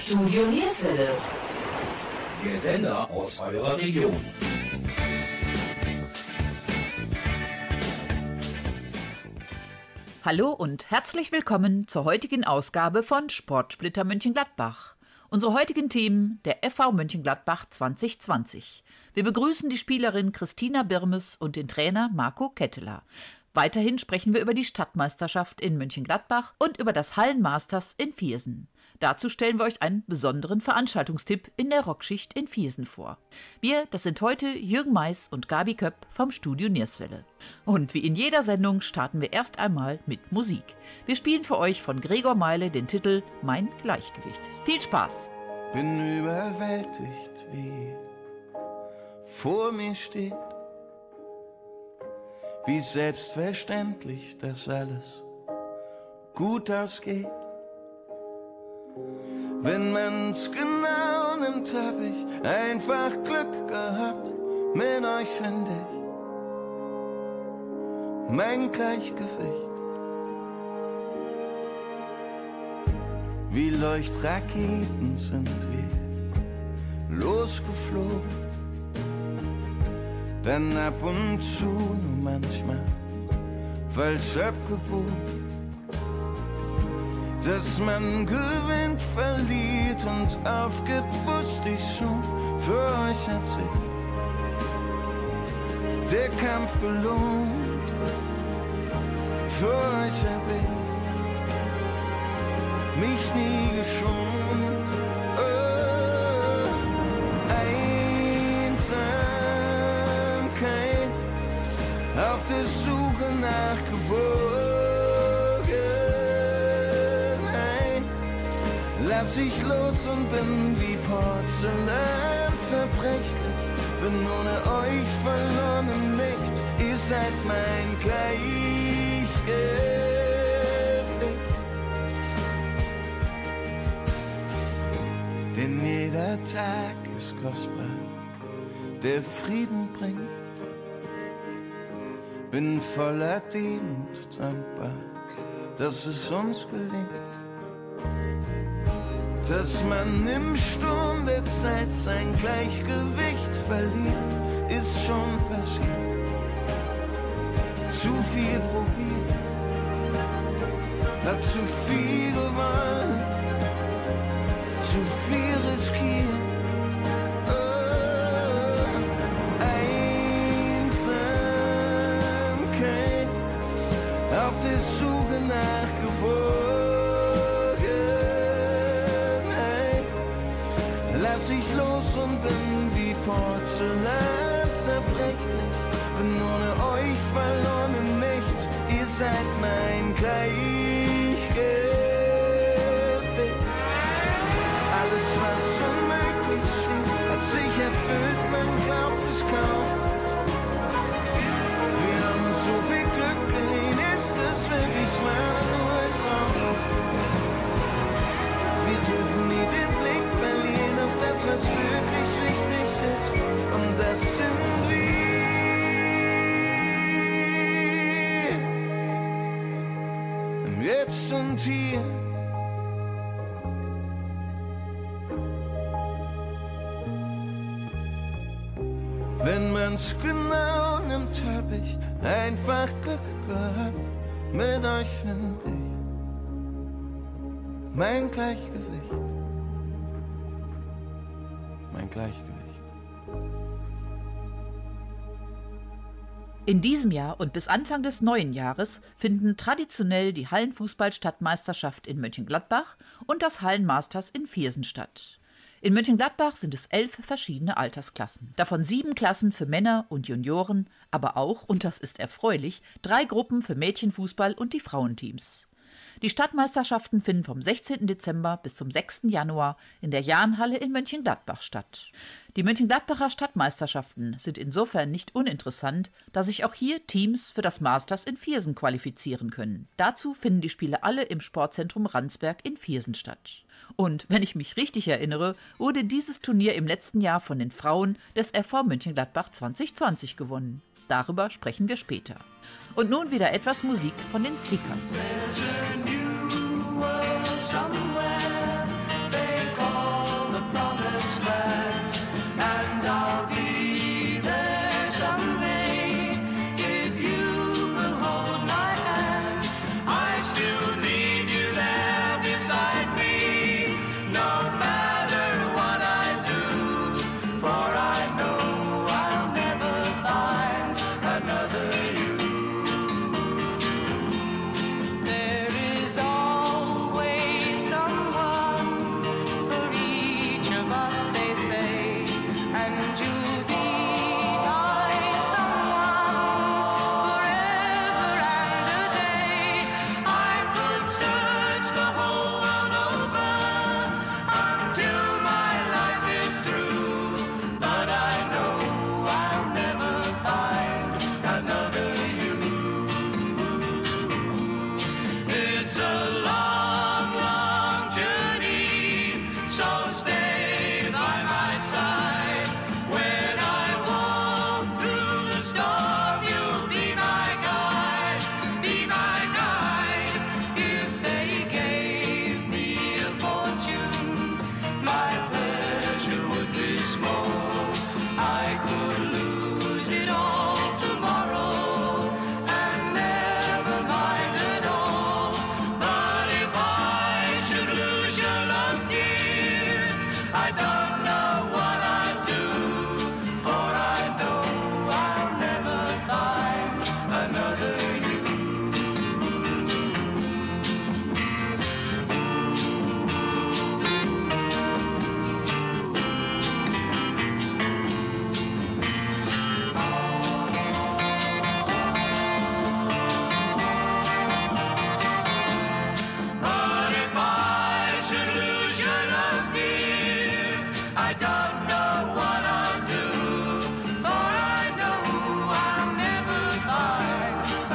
Studio Nierswelle. Der Sender aus eurer Region. Hallo und herzlich willkommen zur heutigen Ausgabe von Sportsplitter Mönchengladbach. Unsere heutigen Themen: der FV Mönchengladbach 2020. Wir begrüßen die Spielerin Christina Birmes und den Trainer Marco Ketteler. Weiterhin sprechen wir über die Stadtmeisterschaft in Mönchengladbach und über das Hallenmasters in Viersen. Dazu stellen wir euch einen besonderen Veranstaltungstipp in der Rockschicht in Viersen vor. Wir, das sind heute Jürgen Mais und Gabi Köpp vom Studio Nierswelle. Und wie in jeder Sendung starten wir erst einmal mit Musik. Wir spielen für euch von Gregor Meile den Titel Mein Gleichgewicht. Viel Spaß! Bin überwältigt, wie vor mir steht, wie selbstverständlich das alles gut ausgeht. Wenn man's genau nimmt, hab ich einfach Glück gehabt. Mit euch find ich mein Gleichgewicht. Wie Leuchtraketen sind wir losgeflogen. Dann ab und zu, nur manchmal, falsch abgebogen. Dass man gewinnt, verliert und aufgibt, wusste ich schon. Für euch hat sich der Kampf gelohnt. Für euch hab ich mich nie geschont. Einsamkeit auf der Suche nach Geborgenheit. Lass ich los und bin wie Porzellan zerbrechlich. Bin ohne euch verloren im Nichts. Ihr seid mein Gleichgewicht. Denn jeder Tag ist kostbar, der Frieden bringt. Bin voller Demut dankbar, dass es uns gelingt. Dass man im Sturm der Zeit sein Gleichgewicht verliert, ist schon passiert. Zu viel probiert, hab zu viel gewollt, zu viel riskiert. Einsamkeit auf der Suche nach Geborgenheit. Lass ich los und bin wie Porzellan zerbrechlich. Bin ohne euch verloren im Nichts. Ihr seid mein Gleichgewicht. Alles, was unmöglich schien, hat sich erfüllt, man glaubt es kaum. Wir haben so viel Glück geliehen, ist es wirklich wahr, nur ein Traum. Wir dürfen nie den Blick verlieren auf das, was wirklich wichtig ist. Und das sind wir. Im Jetzt und Hier. Wenn man's genau nimmt, hab ich einfach Glück gehabt. Mit euch find ich mein Gleichgewicht. Mein Gleichgewicht. In diesem Jahr und bis Anfang des neuen Jahres finden traditionell die Hallenfußball-Stadtmeisterschaft in Mönchengladbach und das Hallenmasters in Viersen statt. In Mönchengladbach sind es 11 verschiedene Altersklassen, davon 7 Klassen für Männer und Junioren, aber auch, und das ist erfreulich, 3 Gruppen für Mädchenfußball und die Frauenteams. Die Stadtmeisterschaften finden vom 16. Dezember bis zum 6. Januar in der Jahnhalle in Mönchengladbach statt. Die Mönchengladbacher Stadtmeisterschaften sind insofern nicht uninteressant, da sich auch hier Teams für das Masters in Viersen qualifizieren können. Dazu finden die Spiele alle im Sportzentrum Ransberg in Viersen statt. Und wenn ich mich richtig erinnere, wurde dieses Turnier im letzten Jahr von den Frauen des FV Mönchengladbach 2020 gewonnen. Darüber sprechen wir später. Und nun wieder etwas Musik von den Seekers. There's a new world somewhere they call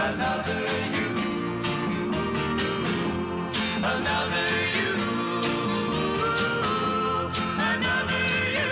another you, another you, another you.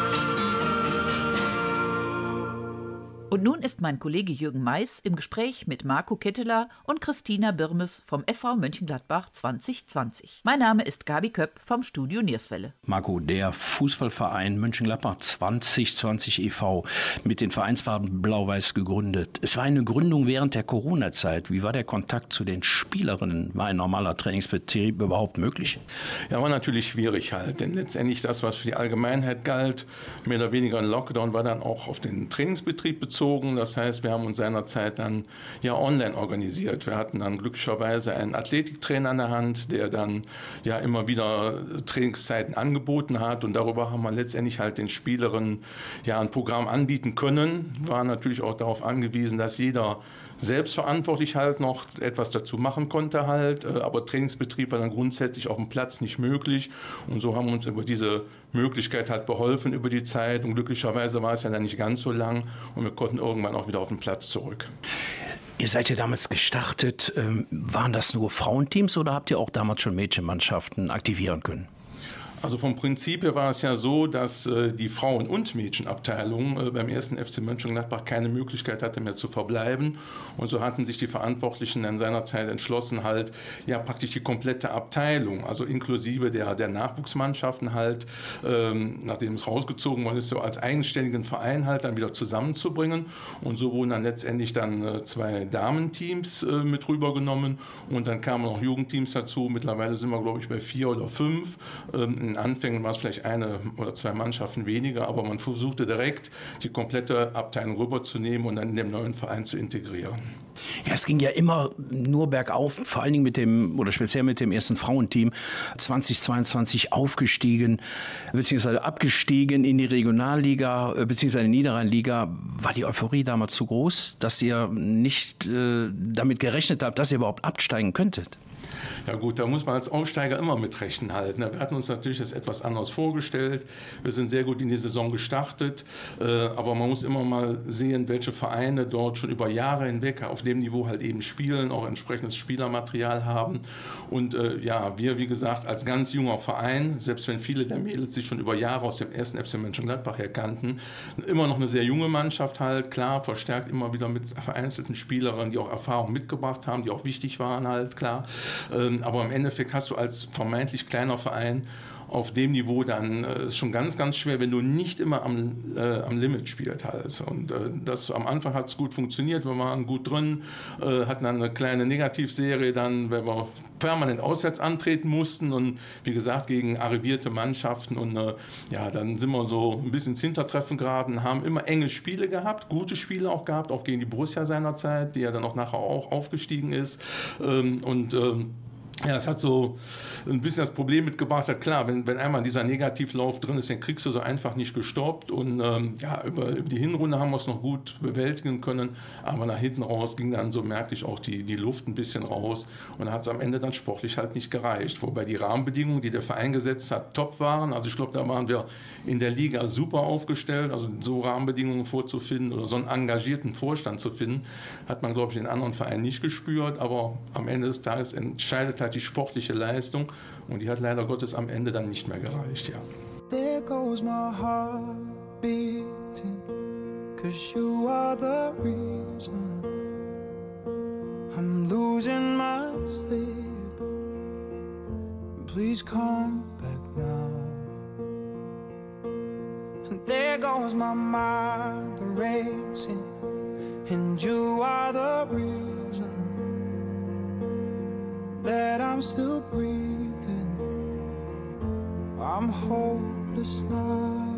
Und nun ist mein Kollege Jürgen Mais im Gespräch mit Marco Ketteler und Christina Birmes vom FV Mönchengladbach 2020. Mein Name ist Gabi Köpp vom Studio Nierswelle. Marco, der Fußballverein Mönchengladbach 2020 e.V. mit den Vereinsfarben Blau-Weiß gegründet. Es war eine Gründung während der Corona-Zeit. Wie war der Kontakt zu den Spielerinnen? War ein normaler Trainingsbetrieb überhaupt möglich? Ja, war natürlich schwierig halt, denn letztendlich das, was für die Allgemeinheit galt, mehr oder weniger ein Lockdown, war dann auch auf den Trainingsbetrieb bezogen. Das heißt, wir haben uns seinerzeit dann ja online organisiert. Wir hatten dann glücklicherweise einen Athletiktrainer an der Hand, der dann ja immer wieder Trainingszeiten angeboten hat, und darüber haben wir letztendlich halt den Spielerinnen ja ein Programm anbieten können. War natürlich auch darauf angewiesen, dass jeder selbstverantwortlich halt noch etwas dazu machen konnte halt, aber Trainingsbetrieb war dann grundsätzlich auf dem Platz nicht möglich, und so haben wir uns über diese Möglichkeit halt beholfen über die Zeit, und glücklicherweise war es ja dann nicht ganz so lang und wir konnten irgendwann auch wieder auf den Platz zurück. Ihr seid ja damals gestartet. Waren das nur Frauenteams oder habt ihr auch damals schon Mädchenmannschaften aktivieren können? Also vom Prinzip her war es ja so, dass die Frauen- und Mädchenabteilung beim 1. FC Mönchengladbach keine Möglichkeit hatte mehr zu verbleiben. Und so hatten sich die Verantwortlichen in seiner Zeit entschlossen, halt ja praktisch die komplette Abteilung, also inklusive der Nachwuchsmannschaften halt, nachdem es rausgezogen worden ist, so als eigenständigen Verein halt dann wieder zusammenzubringen. Und so wurden dann letztendlich dann 2 Damenteams mit rübergenommen, und dann kamen noch Jugendteams dazu. Mittlerweile sind wir, glaube ich, bei 4 oder 5. In den Anfängen war es vielleicht 1 oder 2 Mannschaften weniger, aber man versuchte direkt, die komplette Abteilung rüberzunehmen und dann in dem neuen Verein zu integrieren. Ja, es ging ja immer nur bergauf, vor allen Dingen mit dem, oder speziell mit dem ersten Frauenteam, 2022 aufgestiegen, beziehungsweise abgestiegen in die Regionalliga, beziehungsweise in die Niederrheinliga. War die Euphorie damals zu groß, dass ihr nicht damit gerechnet habt, dass ihr überhaupt absteigen könntet? Ja gut, da muss man als Aufsteiger immer mitrechnen halt. Wir hatten uns natürlich das etwas anders vorgestellt. Wir sind sehr gut in die Saison gestartet, aber man muss immer mal sehen, welche Vereine dort schon über Jahre hinweg auf dem Niveau halt eben spielen, auch entsprechendes Spielermaterial haben. Und ja, wir, wie gesagt, als ganz junger Verein, selbst wenn viele der Mädels sich schon über Jahre aus dem 1. FC Mönchengladbach her kannten, immer noch eine sehr junge Mannschaft halt, klar, verstärkt immer wieder mit vereinzelten Spielerinnen, die auch Erfahrung mitgebracht haben, die auch wichtig waren halt, klar. Aber im Endeffekt hast du als vermeintlich kleiner Verein auf dem Niveau dann ist schon ganz, ganz schwer, wenn du nicht immer am Limit spielst halt. Und das am Anfang hat es gut funktioniert, wir waren gut drin, hatten dann eine kleine Negativserie dann, weil wir permanent auswärts antreten mussten und wie gesagt gegen arrivierte Mannschaften, und ja, dann sind wir so ein bisschen ins Hintertreffen geraten, haben immer enge Spiele gehabt, gute Spiele auch gehabt, auch gegen die Borussia seinerzeit, die ja dann auch nachher auch aufgestiegen ist, ja, es hat so ein bisschen das Problem mitgebracht, klar, wenn einmal dieser Negativlauf drin ist, dann kriegst du so einfach nicht gestoppt, und ja, über die Hinrunde haben wir es noch gut bewältigen können, aber nach hinten raus ging dann so merklich auch die Luft ein bisschen raus, und dann hat es am Ende dann sportlich halt nicht gereicht, wobei die Rahmenbedingungen, die der Verein gesetzt hat, top waren. Also ich glaube, da waren wir in der Liga super aufgestellt, also so Rahmenbedingungen vorzufinden oder so einen engagierten Vorstand zu finden, hat man, glaube ich, in anderen Vereinen nicht gespürt, aber am Ende des Tages entscheidet halt die sportliche Leistung, und die hat leider Gottes am Ende dann nicht mehr gereicht, ja. There goes my heart beating, 'cause you are the reason I'm losing my sleep. Please come back now. And there goes my mind racing, and you are the reason that I'm still breathing. I'm hopeless now.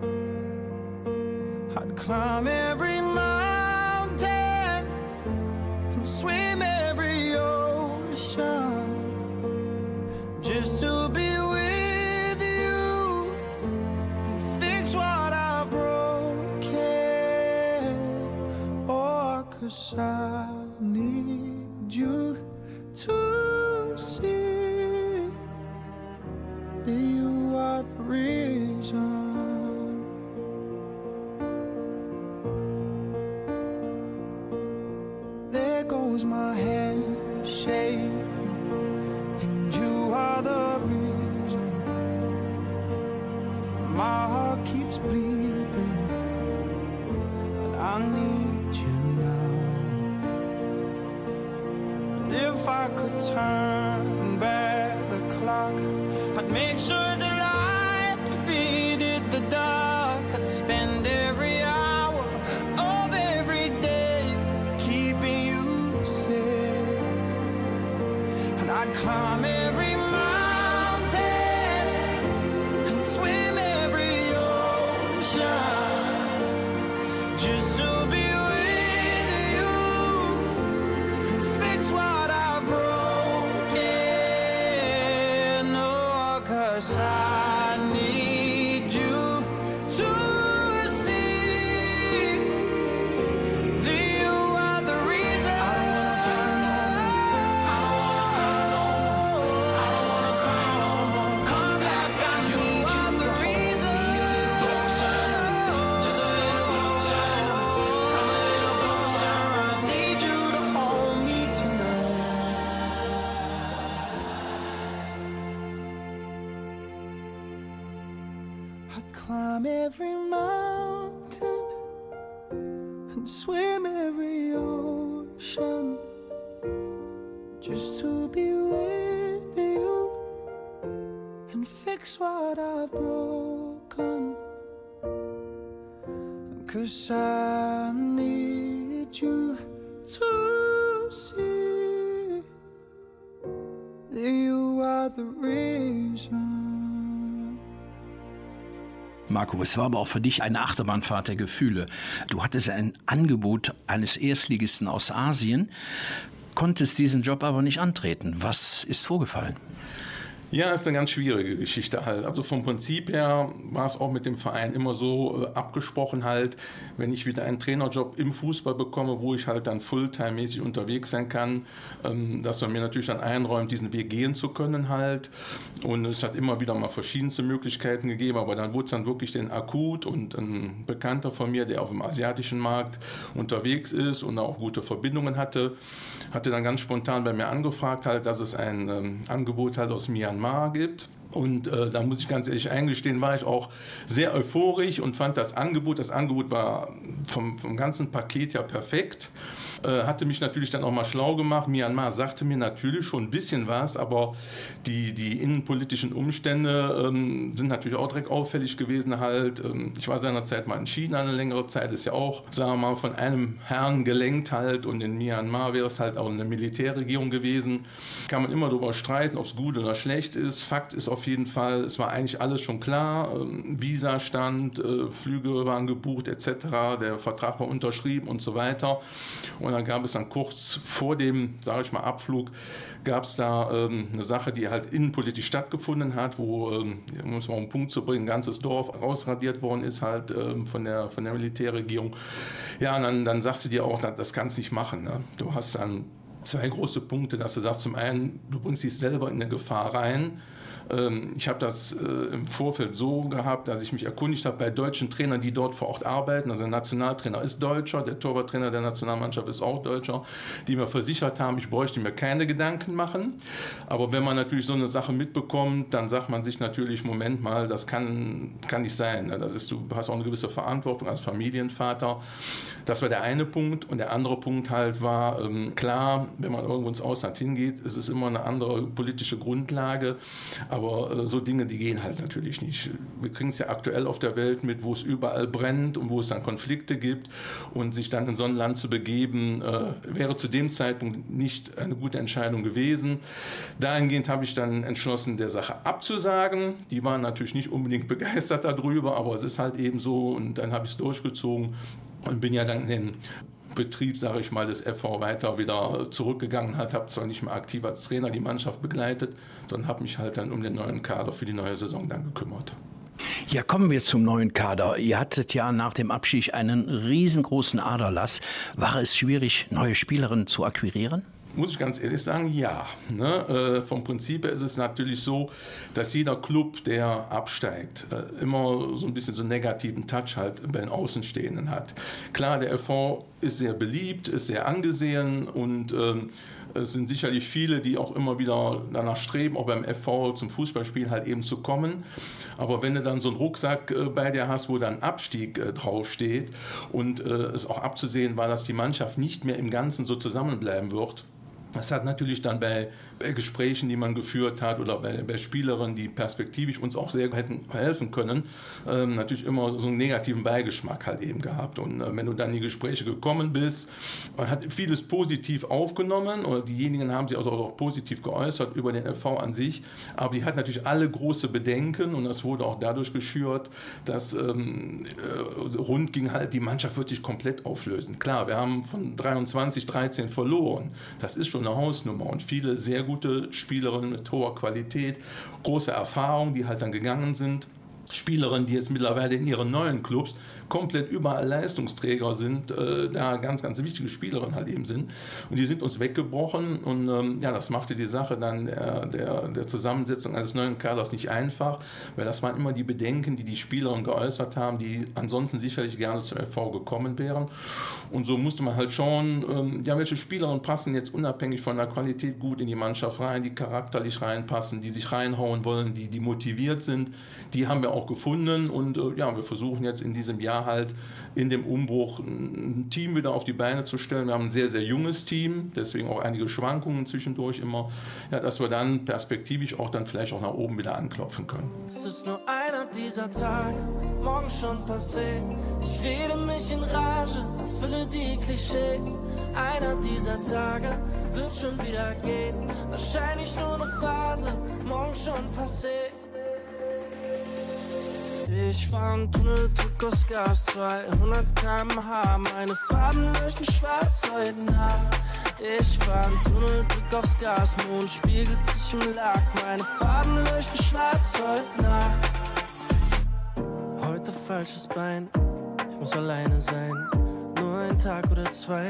I'd climb every mountain and swim every ocean just to be with you and fix what I've broken. Oh, 'cause I need you to see that you are the reason. There goes brings my head shaking, and you are the reason my heart keeps bleeding, and I need you now. And if I could turn back the clock, I'd make sure the light defeated the dark. I'd spend every hour of every day keeping you safe, and I'd climb every mountain and swim every ocean just to be with you and fix what I've broken. Oh, 'cause I need you to see that you are the reason. I don't wanna fight no more. I don't wanna cry no more. Come back, you are the reason. Closer, just a little closer. Come a little closer. I need you to hold me tonight. I'd climb every mountain and swim every ocean just to be with you and fix what I've broken. 'Cause I need you to see that you are the reason. Marco, es war aber auch für dich eine Achterbahnfahrt der Gefühle. Du hattest ein Angebot eines Erstligisten aus Asien, konntest diesen Job aber nicht antreten. Was ist vorgefallen? Ja, ist eine ganz schwierige Geschichte halt. Also vom Prinzip her war es auch mit dem Verein immer so abgesprochen halt, wenn ich wieder einen Trainerjob im Fußball bekomme, wo ich halt dann fulltime-mäßig unterwegs sein kann, dass man mir natürlich dann einräumt, diesen Weg gehen zu können halt. Und es hat immer wieder mal verschiedenste Möglichkeiten gegeben, aber dann wurde es dann wirklich den akut, und ein Bekannter von mir, der auf dem asiatischen Markt unterwegs ist und auch gute Verbindungen hatte dann ganz spontan bei mir angefragt halt, dass es ein Angebot halt aus Myanmar gibt. Und da muss ich ganz ehrlich eingestehen, war ich auch sehr euphorisch und fand das Angebot war vom ganzen Paket ja perfekt. Hatte mich natürlich dann auch mal schlau gemacht. Myanmar sagte mir natürlich schon ein bisschen was, aber die innenpolitischen Umstände sind natürlich auch direkt auffällig gewesen halt. Ich war seinerzeit mal in China eine längere Zeit, ist ja auch, sagen wir mal, von einem Herrn gelenkt halt, und in Myanmar wäre es halt auch eine Militärregierung gewesen. Kann man immer darüber streiten, ob es gut oder schlecht ist. Fakt ist auf jeden Fall, es war eigentlich alles schon klar. Visa stand, Flüge waren gebucht etc. Der Vertrag war unterschrieben und so weiter. Und dann gab es dann kurz vor dem, sage ich mal, Abflug, gab es da eine Sache, die halt innenpolitisch stattgefunden hat, wo, um es mal auf den Punkt zu bringen, ein ganzes Dorf ausradiert worden ist halt von der Militärregierung. Ja, und dann sagst du dir auch, das kannst du nicht machen. Ne? Du hast dann zwei große Punkte, dass du sagst, zum einen, du bringst dich selber in eine Gefahr rein. Ich habe das im Vorfeld so gehabt, dass ich mich erkundigt habe bei deutschen Trainern, die dort vor Ort arbeiten. Also der Nationaltrainer ist Deutscher, der Torwarttrainer der Nationalmannschaft ist auch Deutscher, die mir versichert haben, ich bräuchte mir keine Gedanken machen. Aber wenn man natürlich so eine Sache mitbekommt, dann sagt man sich natürlich, Moment mal, das kann nicht sein. Das ist, du hast auch eine gewisse Verantwortung als Familienvater. Das war der eine Punkt. Und der andere Punkt halt war, klar, wenn man irgendwo ins Ausland hingeht, ist es immer eine andere politische Grundlage. Aber so Dinge, die gehen halt natürlich nicht. Wir kriegen es ja aktuell auf der Welt mit, wo es überall brennt und wo es dann Konflikte gibt. Und sich dann in so ein Land zu begeben, wäre zu dem Zeitpunkt nicht eine gute Entscheidung gewesen. Dahingehend habe ich dann entschlossen, der Sache abzusagen. Die waren natürlich nicht unbedingt begeistert darüber, aber es ist halt eben so. Und dann habe ich es durchgezogen und bin ja dann in den Betrieb, sage ich mal, des FV weiter wieder zurückgegangen hat, habe zwar nicht mehr aktiv als Trainer die Mannschaft begleitet, sondern habe mich halt dann um den neuen Kader für die neue Saison dann gekümmert. Ja, kommen wir zum neuen Kader. Ihr hattet ja nach dem Abstieg einen riesengroßen Aderlass. War es schwierig, neue Spielerinnen zu akquirieren? Muss ich ganz ehrlich sagen, ja. Ne? Vom Prinzip her ist es natürlich so, dass jeder Club, der absteigt, immer so ein bisschen so einen negativen Touch halt bei den Außenstehenden hat. Klar, der FV ist sehr beliebt, ist sehr angesehen und es sind sicherlich viele, die auch immer wieder danach streben, auch beim FV zum Fußballspiel halt eben zu kommen. Aber wenn du dann so einen Rucksack bei dir hast, wo dann Abstieg draufsteht und es auch abzusehen war, dass die Mannschaft nicht mehr im Ganzen so zusammenbleiben wird, das hat natürlich dann bei Gesprächen, die man geführt hat oder bei Spielerinnen, die perspektivisch uns auch sehr hätten helfen können, natürlich immer so einen negativen Beigeschmack halt eben gehabt. Und wenn du dann in die Gespräche gekommen bist, man hat vieles positiv aufgenommen oder diejenigen haben sich also auch positiv geäußert über den FV an sich, aber die hat natürlich alle große Bedenken und das wurde auch dadurch geschürt, dass rund ging halt, die Mannschaft wird sich komplett auflösen. Klar, wir haben von 13 verloren. Das ist schon eine Hausnummer und viele sehr gute Spielerinnen mit hoher Qualität, große Erfahrung, die halt dann gegangen sind. Spielerinnen, die jetzt mittlerweile in ihren neuen Clubs komplett überall Leistungsträger sind, da ganz, ganz wichtige Spielerinnen halt eben sind. Und die sind uns weggebrochen und das machte die Sache dann der Zusammensetzung eines neuen Kaders nicht einfach, weil das waren immer die Bedenken, die die Spielerinnen geäußert haben, die ansonsten sicherlich gerne zum FV gekommen wären. Und so musste man halt schauen, welche Spielerinnen passen jetzt unabhängig von der Qualität gut in die Mannschaft rein, die charakterlich reinpassen, die sich reinhauen wollen, die motiviert sind. Die haben wir auch gefunden und wir versuchen jetzt in diesem Jahr halt in dem Umbruch ein Team wieder auf die Beine zu stellen. Wir haben ein sehr, sehr junges Team, deswegen auch einige Schwankungen zwischendurch immer, dass wir dann perspektivisch auch dann vielleicht auch nach oben wieder anklopfen können. Es ist nur einer dieser Tage, morgen schon passé. Ich rede mich in Rage, erfülle die Klischees. Einer dieser Tage wird schon wieder gehen. Wahrscheinlich nur eine Phase, morgen schon passé. Ich fahr einen Tunnel, Druck aus Gas, 200 km/h. Meine Farben leuchten schwarz heute Nacht. Ich fahr einen Tunnel, Druck aufs Gas, Mond spiegelt sich im Lack. Meine Farben leuchten schwarz heute Nacht. Heute falsches Bein, ich muss alleine sein. Nur ein Tag oder zwei.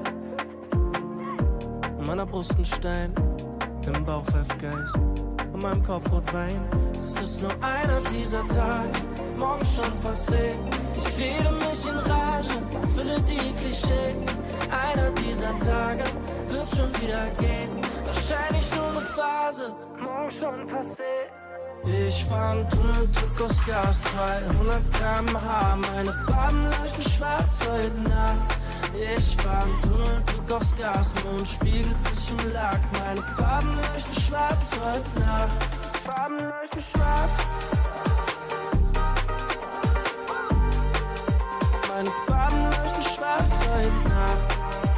In meiner Brust ein Stein, im Bauch Pfeffgeist, in meinem Kopf Rotwein. Es ist nur einer dieser Tage, morgen schon passé. Ich rede mich in Rage, erfülle die Klischees. Einer dieser Tage wird schon wieder gehen. Wahrscheinlich nur eine Phase, morgen schon passé. Ich fahr einen Tunnel, Druck aus Gas, 200 km/h. Meine Farben leuchten schwarz heute Nacht. Ich fahr einen Tunnel, Druck aufs Gas, Mond spiegelt sich im Lack. Meine Farben leuchten schwarz heute Nacht. Farben leuchten schwarz. Meine Farben leuchten schwarz heute Nacht.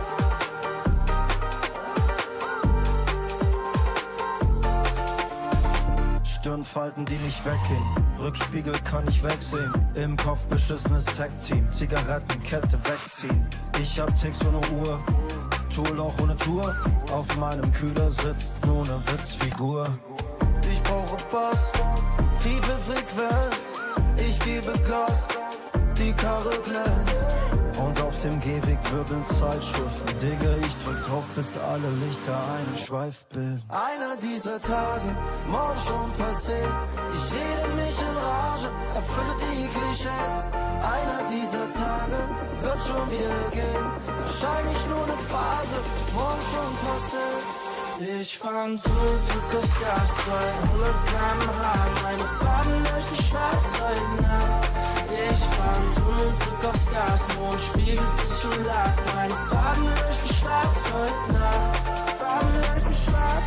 Stirnfalten, die nicht weggehen. Rückspiegel kann ich wegsehen. Im Kopf beschissenes Tech-Team. Zigarettenkette wegziehen. Ich hab Ticks ohne Uhr. Tool auch ohne Tour. Auf meinem Kühler sitzt nur ne Witzfigur. Ich brauche Bass, tiefe Frequenz. Ich gebe Gas, die Karre glänzt. Und auf dem Gehweg wirbeln Zeitschriften. Digga, ich drück drauf, bis alle Lichter einen Schweifbild. Einer dieser Tage, morgen schon passé. Ich rede mich in Rage, erfülle die Klischees. Einer dieser Tage wird schon wieder gehen. Wahrscheinlich nur eine Phase, morgen schon passé. Ich fahr einen Tunnel, Druck aufs Gas, 200 km/h. Meine Farben leuchten schwarz heute Nacht. Ich fahr einen Tunnel, Druck aufs Gas, Mond spiegelt sich im Lack. Meine Farben leuchten schwarz heute Nacht. Farben leuchten schwarz.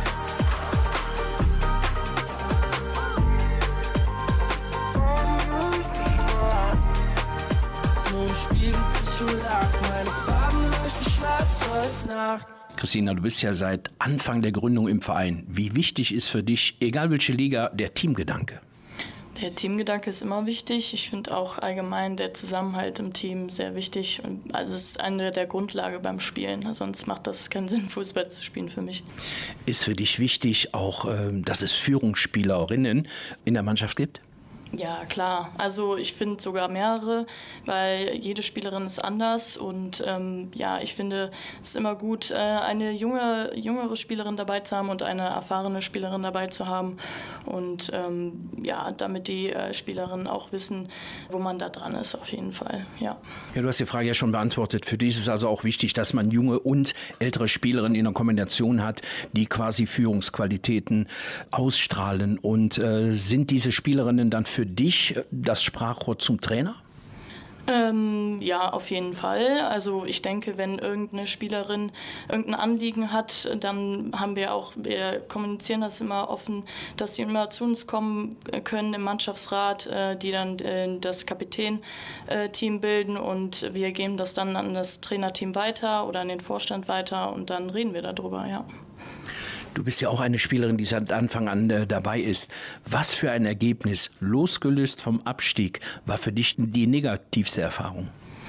Mond spiegelt sich im Lack. Meine Farben leuchten schwarz heute Nacht. Christina, du bist ja seit Anfang der Gründung im Verein. Wie wichtig ist für dich, egal welche Liga, der Teamgedanke? Der Teamgedanke ist immer wichtig. Ich finde auch allgemein der Zusammenhalt im Team sehr wichtig. Also es ist eine der Grundlagen beim Spielen. Sonst macht das keinen Sinn, Fußball zu spielen für mich. Ist für dich wichtig auch, dass es Führungsspielerinnen in der Mannschaft gibt? Ja, klar. Also ich finde sogar mehrere, weil jede Spielerin ist anders und ich finde es ist immer gut, eine jüngere Spielerin dabei zu haben und eine erfahrene Spielerin dabei zu haben und damit die Spielerinnen auch wissen, wo man da dran ist auf jeden Fall, ja. Ja, du hast die Frage ja schon beantwortet. Für dich ist es also auch wichtig, dass man junge und ältere Spielerinnen in einer Kombination hat, die quasi Führungsqualitäten ausstrahlen. Und sind diese Spielerinnen dann für dich das Sprachrohr zum Trainer? Ja, auf jeden Fall. Also ich denke, wenn irgendeine Spielerin irgendein Anliegen hat, dann wir kommunizieren das immer offen, dass sie immer zu uns kommen können im Mannschaftsrat, die dann das Kapitän-Team bilden und wir geben das dann an das Trainerteam weiter oder an den Vorstand weiter und dann reden wir darüber, ja. Du bist ja auch eine Spielerin, die seit Anfang an dabei ist. Was für ein Ergebnis, losgelöst vom Abstieg, war für dich die negativste Erfahrung?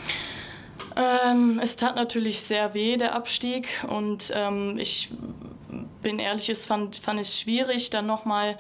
Es tat natürlich sehr weh, der Abstieg. Und ich bin ehrlich, fand es schwierig, dann nochmal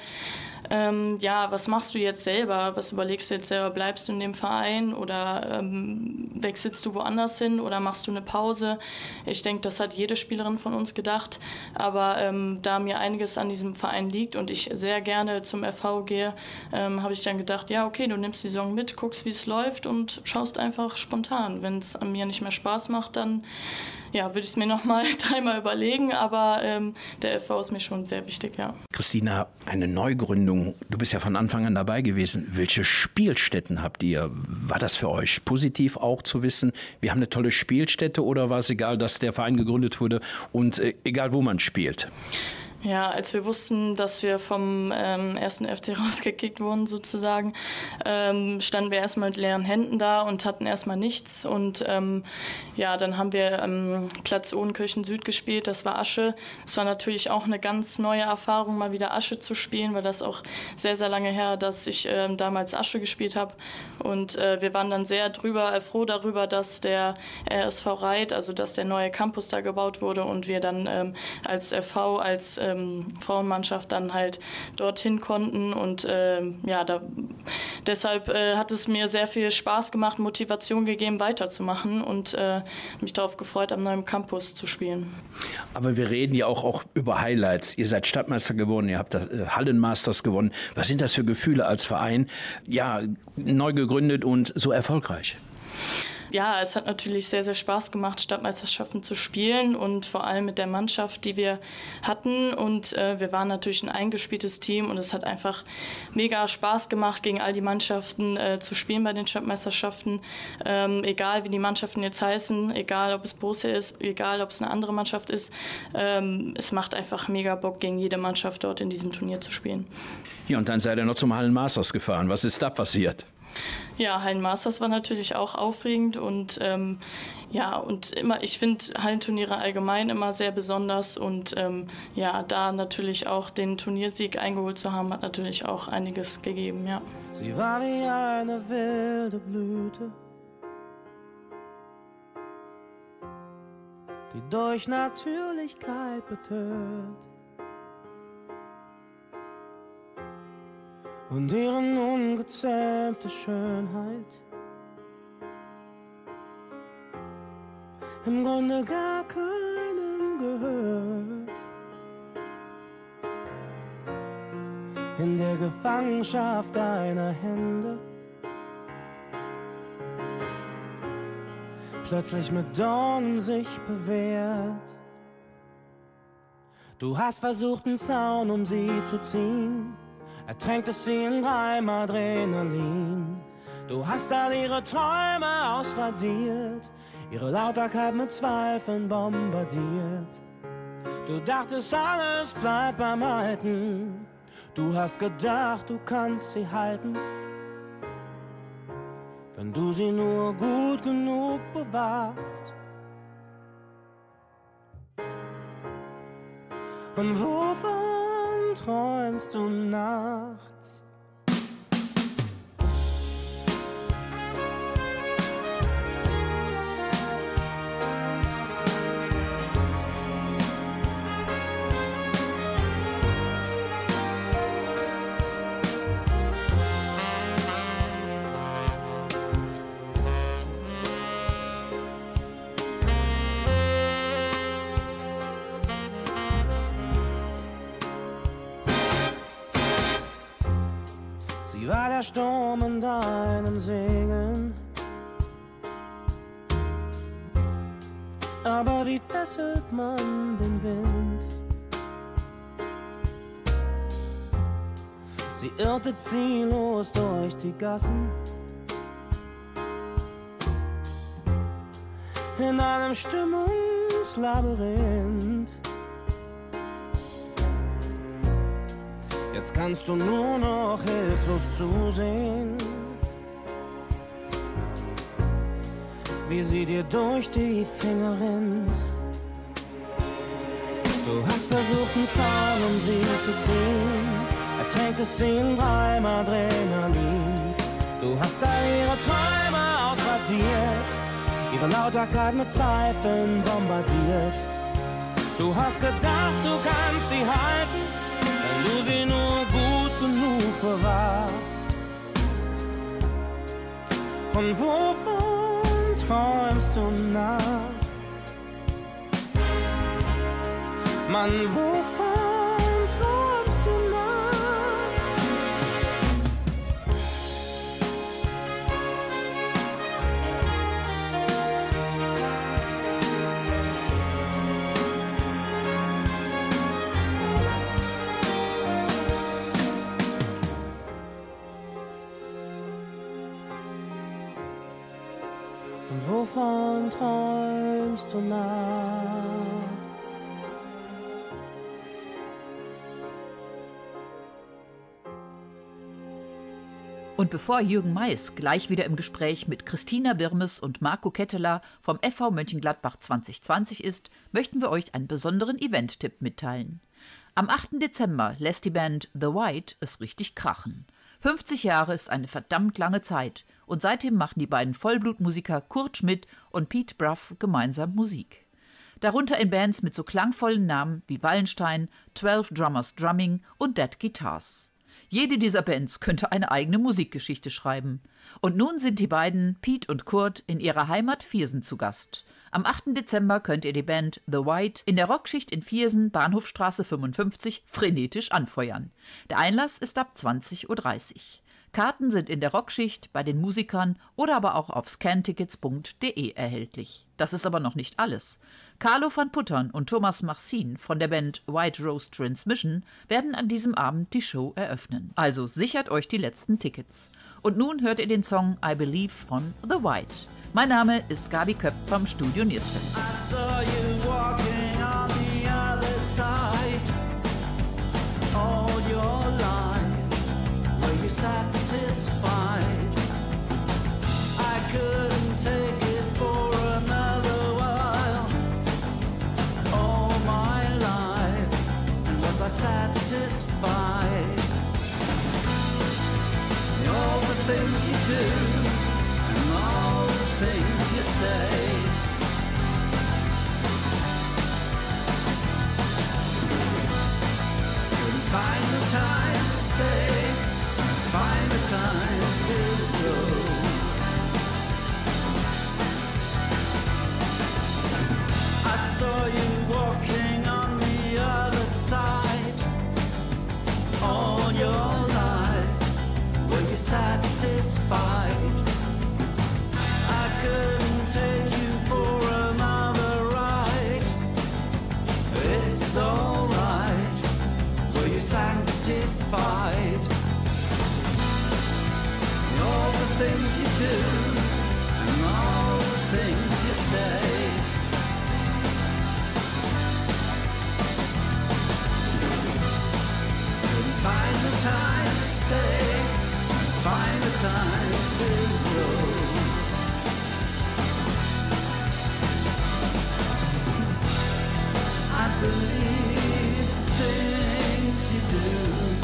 was machst du jetzt selber? Was überlegst du jetzt selber? Bleibst du in dem Verein oder wechselst du woanders hin oder machst du eine Pause? Ich denke, das hat jede Spielerin von uns gedacht. Aber da mir einiges an diesem Verein liegt und ich sehr gerne zum FV gehe, habe ich dann gedacht, ja, okay, du nimmst die Saison mit, guckst, wie es läuft und schaust einfach spontan. Wenn es an mir nicht mehr Spaß macht, dann würde ich es mir nochmal dreimal überlegen, aber der FV ist mir schon sehr wichtig, ja. Christina, eine Neugründung. Du bist ja von Anfang an dabei gewesen. Welche Spielstätten habt ihr? War das für euch positiv auch zu wissen, wir haben eine tolle Spielstätte oder war es egal, dass der Verein gegründet wurde und egal, wo man spielt? Ja, als wir wussten, dass wir vom ersten FC rausgekickt wurden sozusagen, standen wir erstmal mit leeren Händen da und hatten erstmal nichts. Und dann haben wir am Platz Ohnenkirchen Süd gespielt, das war Asche. Es war natürlich auch eine ganz neue Erfahrung, mal wieder Asche zu spielen, weil das auch sehr, sehr lange her, dass ich damals Asche gespielt habe. Und wir waren dann sehr froh darüber, dass der RSV Reit, also dass der neue Campus da gebaut wurde und wir dann als FV, als Frauenmannschaft dann halt dorthin konnten und deshalb hat es mir sehr viel Spaß gemacht, Motivation gegeben, weiterzumachen und mich darauf gefreut, am neuen Campus zu spielen. Aber wir reden ja auch über Highlights. Ihr seid Stadtmeister geworden, ihr habt Hallenmasters gewonnen. Was sind das für Gefühle als Verein? Ja, neu gegründet und so erfolgreich. Ja, es hat natürlich sehr, sehr Spaß gemacht, Stadtmeisterschaften zu spielen und vor allem mit der Mannschaft, die wir hatten. Und wir waren natürlich ein eingespieltes Team und es hat einfach mega Spaß gemacht, gegen all die Mannschaften zu spielen bei den Stadtmeisterschaften. Egal wie die Mannschaften jetzt heißen, egal ob es Borussia ist, egal ob es eine andere Mannschaft ist. Es macht einfach mega Bock, gegen jede Mannschaft dort in diesem Turnier zu spielen. Ja, und dann seid ihr noch zum Hallenmasters gefahren. Was ist da passiert? Ja, Hallenmasters war natürlich auch aufregend und ich finde Hallenturniere allgemein immer sehr besonders und da natürlich auch den Turniersieg eingeholt zu haben, hat natürlich auch einiges gegeben, ja. Sie war wie eine wilde Blüte, die durch Natürlichkeit betört und ihren ungezähmte Schönheit im Grunde gar keinem gehört. In der Gefangenschaft deiner Hände plötzlich mit Dornen sich bewährt. Du hast versucht, einen Zaun um sie zu ziehen, ertränktest sie in Reim Adrenalin. Du hast all ihre Träume ausradiert, ihre Lauterkeit mit Zweifeln bombardiert. Du dachtest, alles bleibt beim Alten. Du hast gedacht, du kannst sie halten, wenn du sie nur gut genug bewahrst. Und wovon träumst du nachts? wie war der Sturm in deinen Segeln? Aber wie fesselt man den Wind? Sie irrte ziellos durch die Gassen, in einem Stimmungslabyrinth. Jetzt kannst du nur noch hilflos zusehen, wie sie dir durch die Finger rinnt. Du hast versucht, einen Zaun um sie zu ziehen, ertränkst sie in Reim Adrenalin. Du hast all ihre Träume ausradiert, ihre Lauterkeit mit Zweifeln bombardiert. Du hast gedacht, du kannst sie halten, wenn du sie nur gut genug bewahrst. Und wovon träumst du nachts? Mann, wovon träumst du nachts? Und wovon träumst du nachts? Und bevor Jürgen Mais gleich wieder im Gespräch mit Christina Birmes und Marco Ketteler vom FV Mönchengladbach 2020 ist, möchten wir euch einen besonderen Event-Tipp mitteilen. Am 8. Dezember lässt die Band The White es richtig krachen. 50 Jahre ist eine verdammt lange Zeit und seitdem machen die beiden Vollblutmusiker Kurt Schmidt und Pete Bruff gemeinsam Musik. Darunter in Bands mit so klangvollen Namen wie Wallenstein, 12 Drummers Drumming und Dead Guitars. Jede dieser Bands könnte eine eigene Musikgeschichte schreiben. Und nun sind die beiden, Pete und Kurt, in ihrer Heimat Viersen zu Gast. Am 8. Dezember könnt ihr die Band The White in der Rockschicht in Viersen, Bahnhofstraße 55, frenetisch anfeuern. Der Einlass ist ab 20:30 Uhr. Karten sind in der Rockschicht, bei den Musikern oder aber auch auf scantickets.de erhältlich. Das ist aber noch nicht alles. Carlo van Puttern und Thomas Marcin von der Band White Rose Transmission werden an diesem Abend die Show eröffnen. Also sichert euch die letzten Tickets. Und nun hört ihr den Song I Believe von The White. Mein Name ist Gabi Köpp vom Studio Niersfeld. I saw you walking on the other side. All your life, were you satisfied? I couldn't take it for another while. All my life, was I satisfied? All the things you do, and all the things you say. Couldn't find the time to stay, find the time to go. I saw you walking on the other side. All your life, were you satisfied? I couldn't take you for another ride. It's alright, were you sanctified? All the things you do, and all the things you say. Couldn't find the time to stay, find the time to go. I believe the things you do.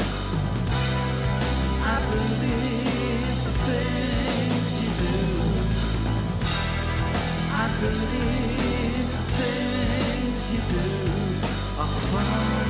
I believe the things you do. I believe the things you do are fun.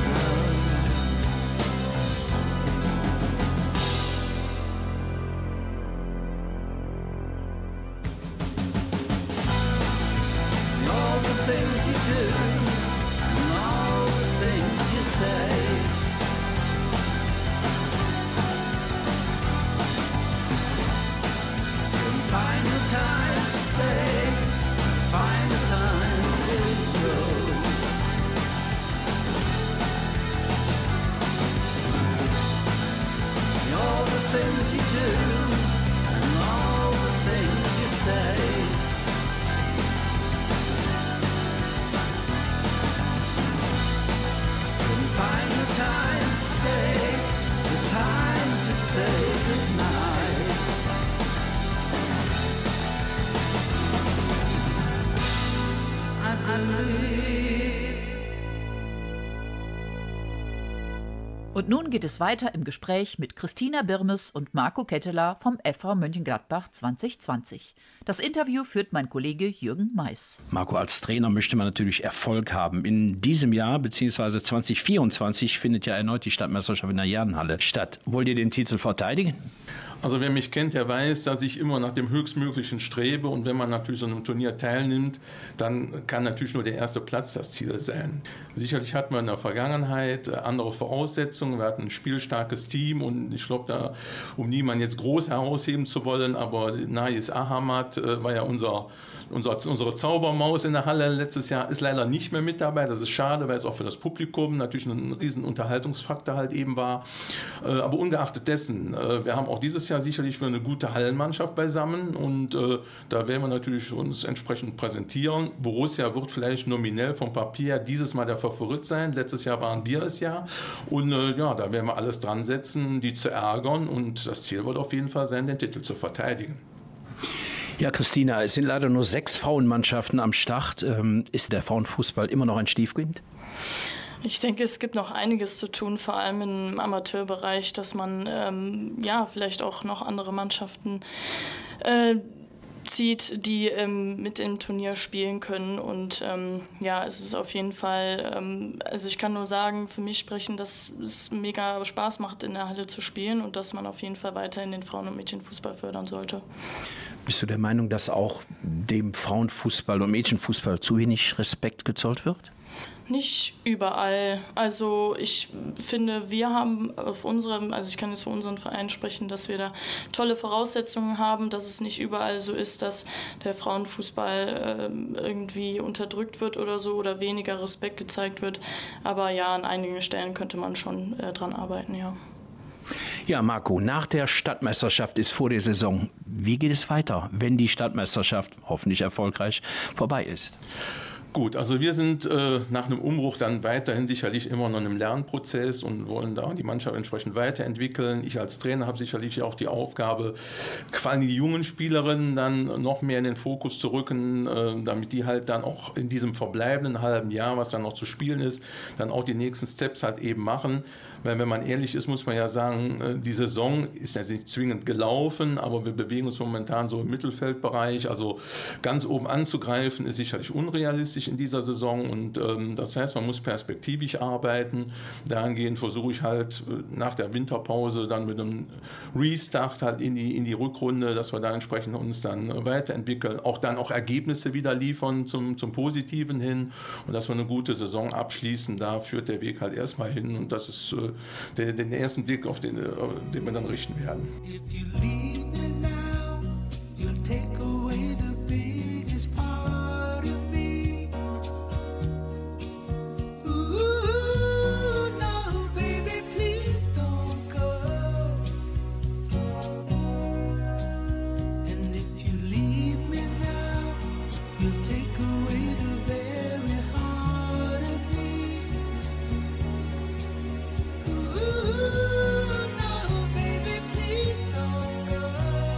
Und nun geht es weiter im Gespräch mit Christina Birmes und Marco Ketteler vom FV Mönchengladbach 2020. Das Interview führt mein Kollege Jürgen Mais. Marco, als Trainer möchte man natürlich Erfolg haben. In diesem Jahr bzw. 2024 findet ja erneut die Stadtmeisterschaft in der Jahrenhalle statt. Wollt ihr den Titel verteidigen? Also wer mich kennt, der weiß, dass ich immer nach dem Höchstmöglichen strebe, und wenn man natürlich so einem Turnier teilnimmt, dann kann natürlich nur der erste Platz das Ziel sein. Sicherlich hatten wir in der Vergangenheit andere Voraussetzungen, wir hatten ein spielstarkes Team, und ich glaube, um niemanden jetzt groß herausheben zu wollen, aber Nais Ahamad war ja unsere Zaubermaus in der Halle letztes Jahr, ist leider nicht mehr mit dabei. Das ist schade, weil es auch für das Publikum natürlich ein riesen Unterhaltungsfaktor halt eben war. Aber ungeachtet dessen, wir haben auch dieses Jahr sicherlich für eine gute Hallenmannschaft beisammen, und da werden wir natürlich uns entsprechend präsentieren. Borussia wird vielleicht nominell vom Papier dieses Mal der Favorit sein. Letztes Jahr waren wir es ja, und ja, da werden wir alles dran setzen, die zu ärgern, und das Ziel wird auf jeden Fall sein, den Titel zu verteidigen. Ja, Christina, es sind leider nur 6 Frauenmannschaften am Start. Ist der Frauenfußball immer noch ein Stiefkind? Ich denke, es gibt noch einiges zu tun, vor allem im Amateurbereich, dass man vielleicht auch noch andere Mannschaften zieht, die mit im Turnier spielen können. Und es ist auf jeden Fall, also ich kann nur sagen, für mich sprechen, dass es mega Spaß macht, in der Halle zu spielen, und dass man auf jeden Fall weiterhin den Frauen- und Mädchenfußball fördern sollte. Bist du der Meinung, dass auch dem Frauenfußball und Mädchenfußball zu wenig Respekt gezollt wird? Nicht überall. Also ich finde, wir haben ich kann jetzt für unseren Verein sprechen, dass wir da tolle Voraussetzungen haben, dass es nicht überall so ist, dass der Frauenfußball irgendwie unterdrückt wird oder so oder weniger Respekt gezeigt wird. Aber ja, an einigen Stellen könnte man schon dran arbeiten, ja. Ja, Marco, nach der Stadtmeisterschaft ist vor der Saison. Wie geht es weiter, wenn die Stadtmeisterschaft hoffentlich erfolgreich vorbei ist? Gut, also wir sind nach einem Umbruch dann weiterhin sicherlich immer noch in einem Lernprozess und wollen da die Mannschaft entsprechend weiterentwickeln. Ich als Trainer habe sicherlich auch die Aufgabe, vor allem die jungen Spielerinnen dann noch mehr in den Fokus zu rücken, damit die halt dann auch in diesem verbleibenden halben Jahr, was dann noch zu spielen ist, dann auch die nächsten Steps halt eben machen. Weil wenn man ehrlich ist, muss man ja sagen, die Saison ist ja nicht zwingend gelaufen, aber wir bewegen uns momentan so im Mittelfeldbereich. Also ganz oben anzugreifen ist sicherlich unrealistisch in dieser Saison, und das heißt, man muss perspektivisch arbeiten. Dahingehend versuche ich halt nach der Winterpause dann mit einem Restart halt in die Rückrunde, dass wir da entsprechend uns dann weiterentwickeln, auch dann auch Ergebnisse wieder liefern zum Positiven hin, und dass wir eine gute Saison abschließen. Da führt der Weg halt erstmal hin, und das ist den ersten Blick, auf den wir dann richten werden. If you leave me now, you'll take away the biggest part of me. Ooh, no, baby, please don't go. And if you leave me now, you'll take away the very heart of me. Ooh, no, baby, please don't go.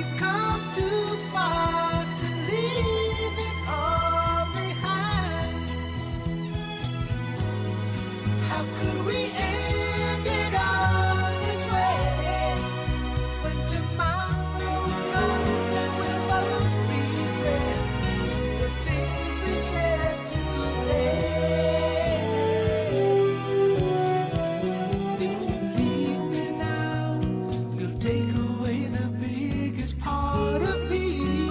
we've come too far to leave it all behind. How could we end it all this way? When tomorrow comes and we'll both regret the things we said today. If you leave me now, you'll take away the biggest part of me.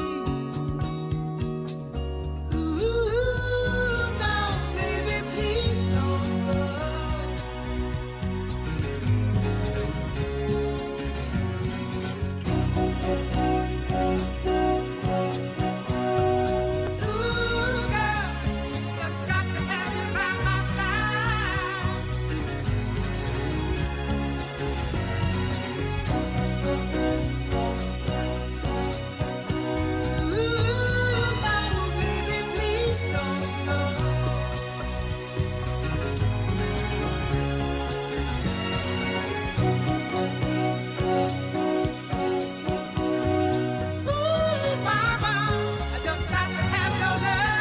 Ooh, now, baby, please don't go. Ooh, girl, just got to have you by my side. Ooh, now, baby, please don't go. Ooh, mama, I just got to have your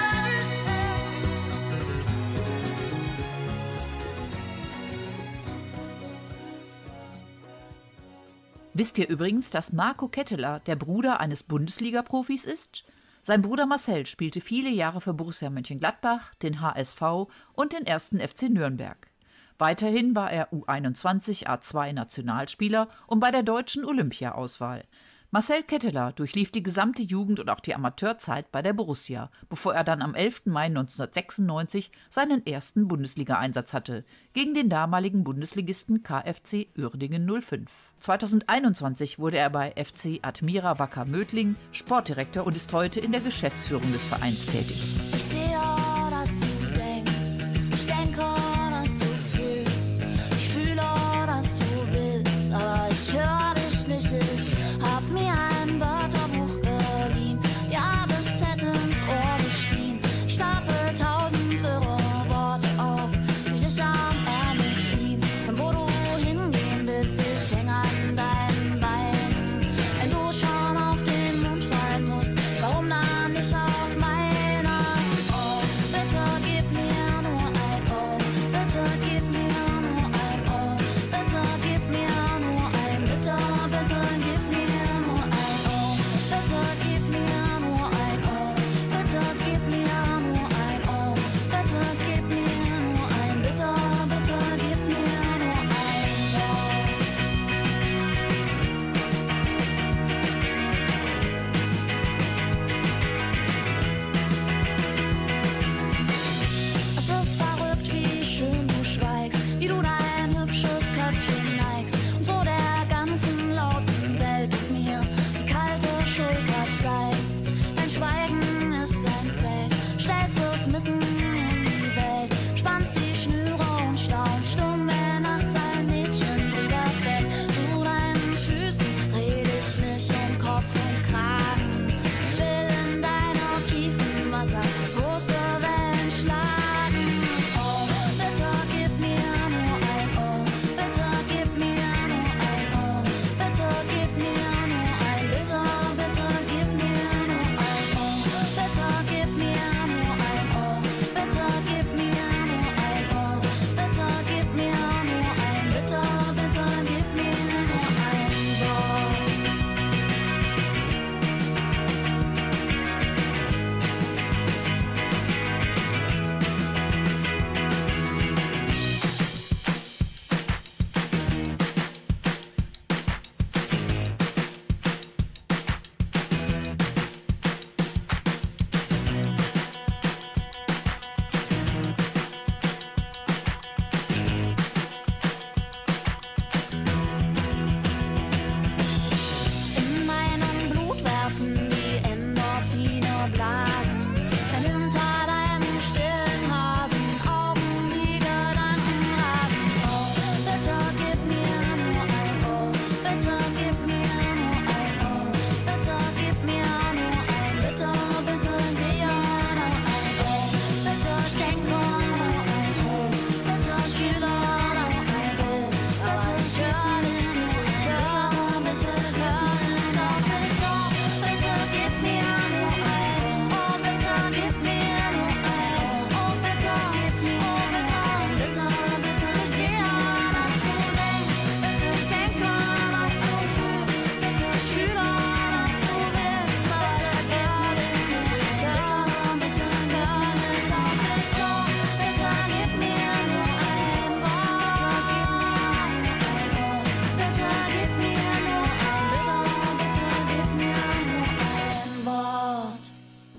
Wisst ihr übrigens, dass Marco Ketteler der Bruder eines Bundesliga-Profis ist? Sein Bruder Marcel spielte viele Jahre für Borussia Mönchengladbach, den HSV und den 1. FC Nürnberg. Weiterhin war er U21 A2-Nationalspieler und bei der deutschen Olympia-Auswahl. Marcel Ketteler durchlief die gesamte Jugend und auch die Amateurzeit bei der Borussia, bevor er dann am 11. Mai 1996 seinen ersten Bundesliga-Einsatz hatte, gegen den damaligen Bundesligisten KFC Uerdingen 05. 2021 wurde er bei FC Admira Wacker Mödling Sportdirektor und ist heute in der Geschäftsführung des Vereins tätig. Ich sehe, dass du denkst, ich denke, dass du fühlst, ich fühle, dass du willst, aber ich höre dich nicht, ich hab mir ein Wörterbuch geliehen, dir A bis Z ins Ohr geschrien, ich stapel 1000 wirre Worte auf, die dich am Ärmel ziehen, und wo du hingehen willst, ich häng an deinen Beinen, wenn du schon auf den Mund fallen musst, warum dann nicht auf meiner? Oh,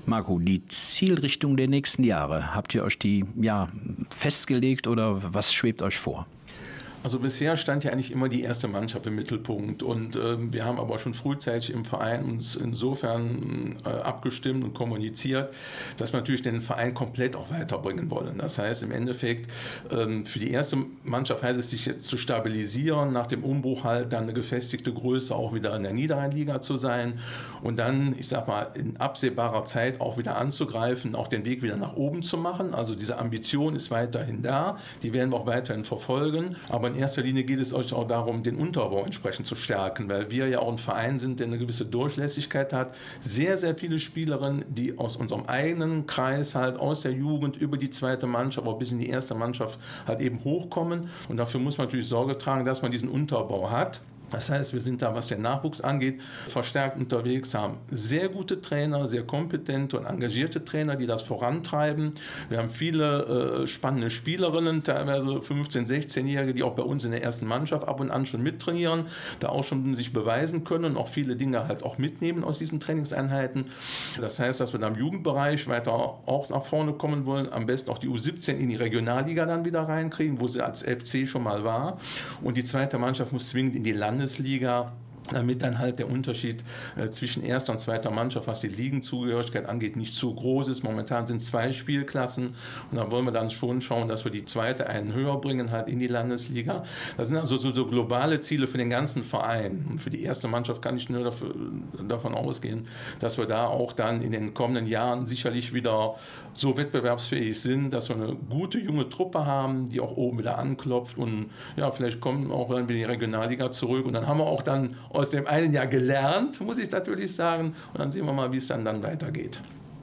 Marco, die Zielrichtung der nächsten Jahre, habt ihr euch die festgelegt oder was schwebt euch vor? Also bisher stand ja eigentlich immer die erste Mannschaft im Mittelpunkt und wir haben aber schon frühzeitig im Verein uns insofern abgestimmt und kommuniziert, dass wir natürlich den Verein komplett auch weiterbringen wollen. Das heißt im Endeffekt für die erste Mannschaft heißt es, sich jetzt zu stabilisieren, nach dem Umbruch halt dann eine gefestigte Größe auch wieder in der Niederrheinliga zu sein und dann, ich sag mal, in absehbarer Zeit auch wieder anzugreifen, auch den Weg wieder nach oben zu machen. Also diese Ambition ist weiterhin da, die werden wir auch weiterhin verfolgen, aber in erster Linie geht es euch auch darum, den Unterbau entsprechend zu stärken, weil wir ja auch ein Verein sind, der eine gewisse Durchlässigkeit hat. Sehr, sehr viele Spielerinnen, die aus unserem eigenen Kreis halt aus der Jugend über die zweite Mannschaft, aber bis in die erste Mannschaft halt eben hochkommen. Und dafür muss man natürlich Sorge tragen, dass man diesen Unterbau hat. Das heißt, wir sind da, was den Nachwuchs angeht, verstärkt unterwegs, haben sehr gute Trainer, sehr kompetente und engagierte Trainer, die das vorantreiben. Wir haben viele spannende Spielerinnen, teilweise 15-, 16-Jährige, die auch bei uns in der ersten Mannschaft ab und an schon mittrainieren, da auch schon sich beweisen können und auch viele Dinge halt auch mitnehmen aus diesen Trainingseinheiten. Das heißt, dass wir da im Jugendbereich weiter auch nach vorne kommen wollen, am besten auch die U17 in die Regionalliga dann wieder reinkriegen, wo sie als FC schon mal war. Und die zweite Mannschaft muss zwingend in die Landesliga, damit dann halt der Unterschied zwischen erster und zweiter Mannschaft, was die Ligenzugehörigkeit angeht, nicht zu groß ist. Momentan sind 2 Spielklassen und da wollen wir dann schon schauen, dass wir die zweite einen höher bringen, halt in die Landesliga. Das sind also so globale Ziele für den ganzen Verein. Und für die erste Mannschaft kann ich nur davon ausgehen, dass wir da auch dann in den kommenden Jahren sicherlich wieder so wettbewerbsfähig sind, dass wir eine gute junge Truppe haben, die auch oben wieder anklopft und ja, vielleicht kommen auch dann wieder die Regionalliga zurück und dann haben wir auch dann aus dem einen Jahr gelernt, muss ich natürlich sagen. Und dann sehen wir mal, wie es dann weitergeht.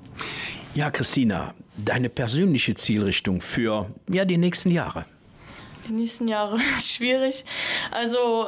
Ja, Christina, deine persönliche Zielrichtung für die nächsten Jahre? Die nächsten Jahre schwierig. Also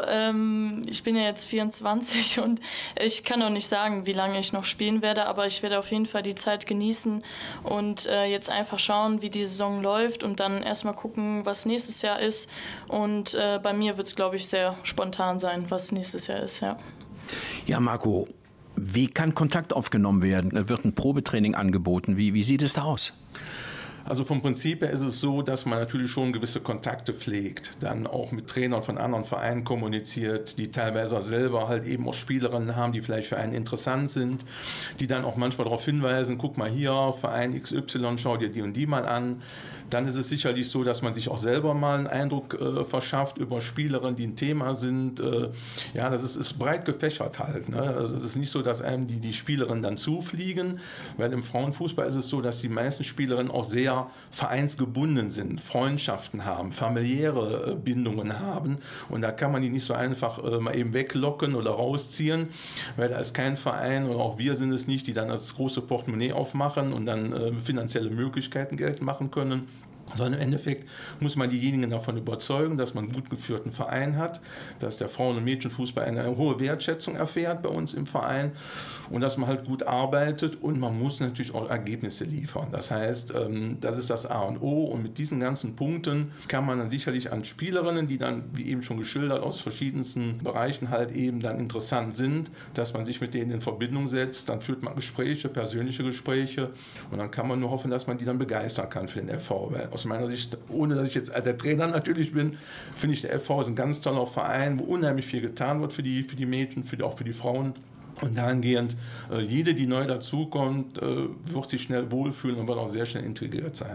ich bin ja jetzt 24 und ich kann noch nicht sagen, wie lange ich noch spielen werde, aber ich werde auf jeden Fall die Zeit genießen und jetzt einfach schauen, wie die Saison läuft und dann erstmal gucken, was nächstes Jahr ist. Und bei mir wird es, glaube ich, sehr spontan sein, was nächstes Jahr ist, ja. Ja, Marco, wie kann Kontakt aufgenommen werden? Wird ein Probetraining angeboten? Wie sieht es da aus? Also vom Prinzip her ist es so, dass man natürlich schon gewisse Kontakte pflegt, dann auch mit Trainern von anderen Vereinen kommuniziert, die teilweise selber halt eben auch Spielerinnen haben, die vielleicht für einen interessant sind, die dann auch manchmal darauf hinweisen, guck mal hier, Verein XY, schau dir die und die mal an. Dann ist es sicherlich so, dass man sich auch selber mal einen Eindruck verschafft über Spielerinnen, die ein Thema sind. Ja, das ist breit gefächert halt. Ne? Also es ist nicht so, dass einem die Spielerinnen dann zufliegen, weil im Frauenfußball ist es so, dass die meisten Spielerinnen auch sehr vereinsgebunden sind, Freundschaften haben, familiäre Bindungen haben und da kann man die nicht so einfach mal eben weglocken oder rausziehen, weil da ist kein Verein und auch wir sind es nicht, die dann das große Portemonnaie aufmachen und dann finanzielle Möglichkeiten geltend machen können. Sondern im Endeffekt muss man diejenigen davon überzeugen, dass man einen gut geführten Verein hat, dass der Frauen- und Mädchenfußball eine hohe Wertschätzung erfährt bei uns im Verein und dass man halt gut arbeitet und man muss natürlich auch Ergebnisse liefern. Das heißt, das ist das A und O und mit diesen ganzen Punkten kann man dann sicherlich an Spielerinnen, die dann, wie eben schon geschildert, aus verschiedensten Bereichen halt eben dann interessant sind, dass man sich mit denen in Verbindung setzt, dann führt man Gespräche, persönliche Gespräche und dann kann man nur hoffen, dass man die dann begeistern kann für den FV, weil aus meiner Sicht, ohne dass ich jetzt der Trainer natürlich bin, finde ich, der FV ist ein ganz toller Verein, wo unheimlich viel getan wird für die Mädchen, auch für die Frauen. Und dahingehend, jede, die neu dazukommt, wird sich schnell wohlfühlen und wird auch sehr schnell integriert sein.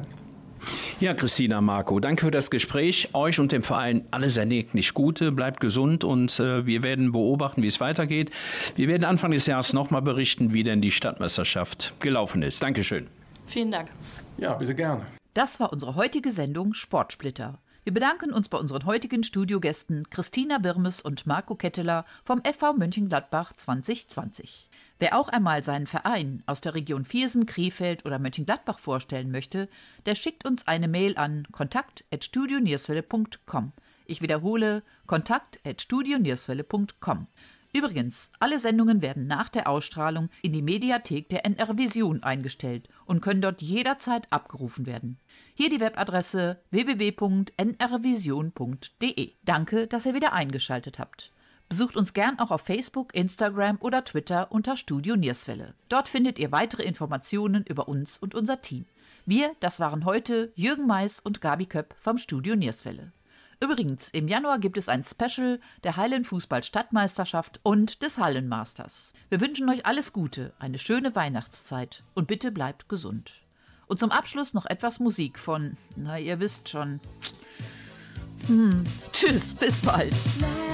Ja, Christina, Marco, danke für das Gespräch. Euch und dem Verein alles erdenklich Gute, bleibt gesund und wir werden beobachten, wie es weitergeht. Wir werden Anfang des Jahres nochmal berichten, wie denn die Stadtmeisterschaft gelaufen ist. Dankeschön. Vielen Dank. Ja, bitte gerne. Das war unsere heutige Sendung Sportsplitter. Wir bedanken uns bei unseren heutigen Studiogästen Christina Birmes und Marco Ketteler vom FV Mönchengladbach 2020. Wer auch einmal seinen Verein aus der Region Viersen, Krefeld oder Mönchengladbach vorstellen möchte, der schickt uns eine Mail an kontakt@studionierswelle.com. Ich wiederhole, kontakt@studionierswelle.com. Übrigens, alle Sendungen werden nach der Ausstrahlung in die Mediathek der NR Vision eingestellt und können dort jederzeit abgerufen werden. Hier die Webadresse www.nrvision.de. Danke, dass ihr wieder eingeschaltet habt. Besucht uns gern auch auf Facebook, Instagram oder Twitter unter Studio Nierswelle. Dort findet ihr weitere Informationen über uns und unser Team. Wir, das waren heute Jürgen Mais und Gabi Köpp vom Studio Nierswelle. Übrigens, im Januar gibt es ein Special der Hallenfußball-Stadtmeisterschaft und des Hallenmasters. Wir wünschen euch alles Gute, eine schöne Weihnachtszeit und bitte bleibt gesund. Und zum Abschluss noch etwas Musik von, ihr wisst schon. Tschüss, bis bald.